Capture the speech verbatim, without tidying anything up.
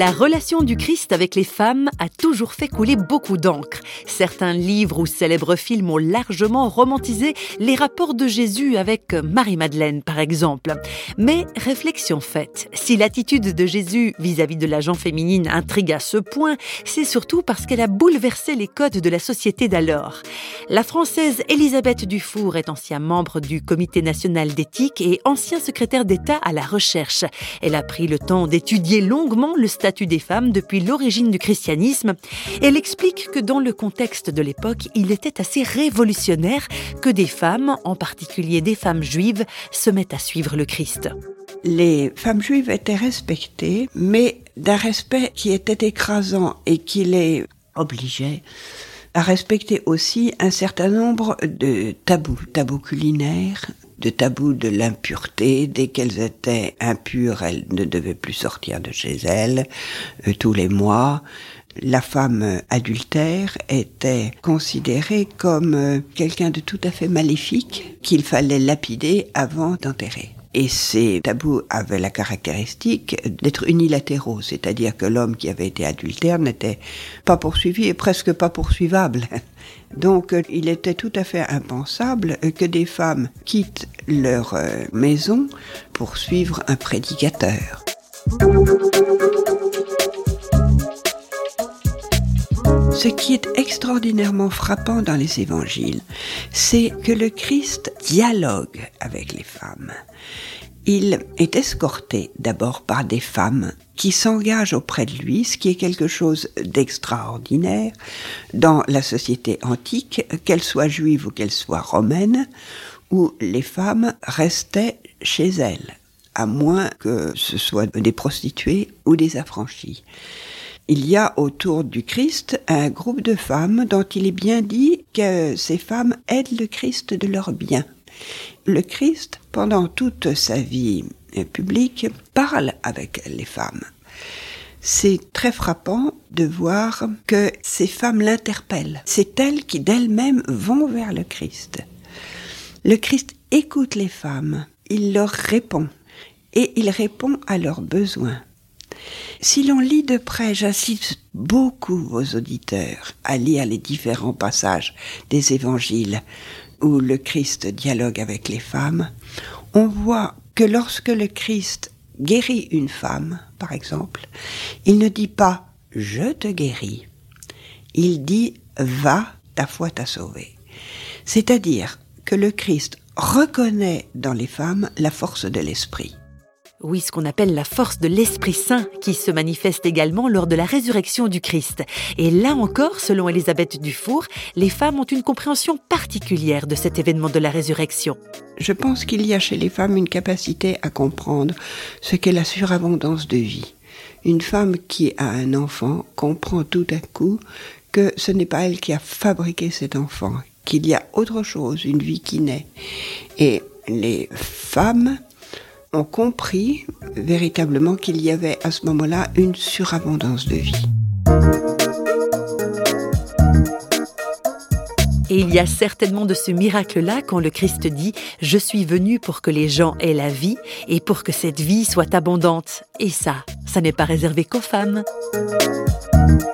La relation du Christ avec les femmes a toujours fait couler beaucoup d'encre. Certains livres ou célèbres films ont largement romantisé les rapports de Jésus avec Marie-Madeleine, par exemple. Mais réflexion faite, si l'attitude de Jésus vis-à-vis de la gent féminine intrigue à ce point, c'est surtout parce qu'elle a bouleversé les codes de la société d'alors. La Française Élisabeth Dufour est ancien membre du Comité national d'éthique et ancien secrétaire d'État à la recherche. Elle a pris le temps d'étudier longuement le statut des femmes depuis l'origine du christianisme. Elle explique que dans le contexte de l'époque, il était assez révolutionnaire que des femmes, en particulier des femmes juives, se mettent à suivre le Christ. Les femmes juives étaient respectées, mais d'un respect qui était écrasant et qui les obligeait à respecter aussi un certain nombre de tabous, tabous culinaires, de tabous de l'impureté. Dès qu'elles étaient impures, elles ne devaient plus sortir de chez elles euh, tous les mois. La femme adultère était considérée comme euh, quelqu'un de tout à fait maléfique qu'il fallait lapider avant d'enterrer. Et ces tabous avaient la caractéristique d'être unilatéraux, c'est-à-dire que l'homme qui avait été adultère n'était pas poursuivi et presque pas poursuivable. Donc il était tout à fait impensable que des femmes quittent leur maison pour suivre un prédicateur. Ce qui est extraordinairement frappant dans les évangiles, c'est que le Christ dialogue avec les femmes. Il est escorté d'abord par des femmes qui s'engagent auprès de lui, ce qui est quelque chose d'extraordinaire dans la société antique, qu'elle soit juive ou qu'elle soit romaine, où les femmes restaient chez elles, à moins que ce soit des prostituées ou des affranchies. Il y a autour du Christ un groupe de femmes dont il est bien dit que ces femmes aident le Christ de leur bien. Le Christ, pendant toute sa vie publique, parle avec les femmes. C'est très frappant de voir que ces femmes l'interpellent. C'est elles qui d'elles-mêmes vont vers le Christ. Le Christ écoute les femmes, il leur répond et il répond à leurs besoins. Si l'on lit de près, j'incite beaucoup aux auditeurs à lire les différents passages des évangiles où le Christ dialogue avec les femmes, on voit que lorsque le Christ guérit une femme, par exemple, il ne dit pas « je te guéris », il dit « va, ta foi t'a sauvé ». C'est-à-dire que le Christ reconnaît dans les femmes la force de l'esprit. Oui, ce qu'on appelle la force de l'Esprit Saint, qui se manifeste également lors de la résurrection du Christ. Et là encore, selon Élisabeth Dufour, les femmes ont une compréhension particulière de cet événement de la résurrection. Je pense qu'il y a chez les femmes une capacité à comprendre ce qu'est la surabondance de vie. Une femme qui a un enfant comprend tout à coup que ce n'est pas elle qui a fabriqué cet enfant, qu'il y a autre chose, une vie qui naît. Et les femmes ont compris véritablement qu'il y avait à ce moment-là une surabondance de vie. Et il y a certainement de ce miracle-là quand le Christ dit « Je suis venu pour que les gens aient la vie et pour que cette vie soit abondante ». Et ça, ça n'est pas réservé qu'aux femmes.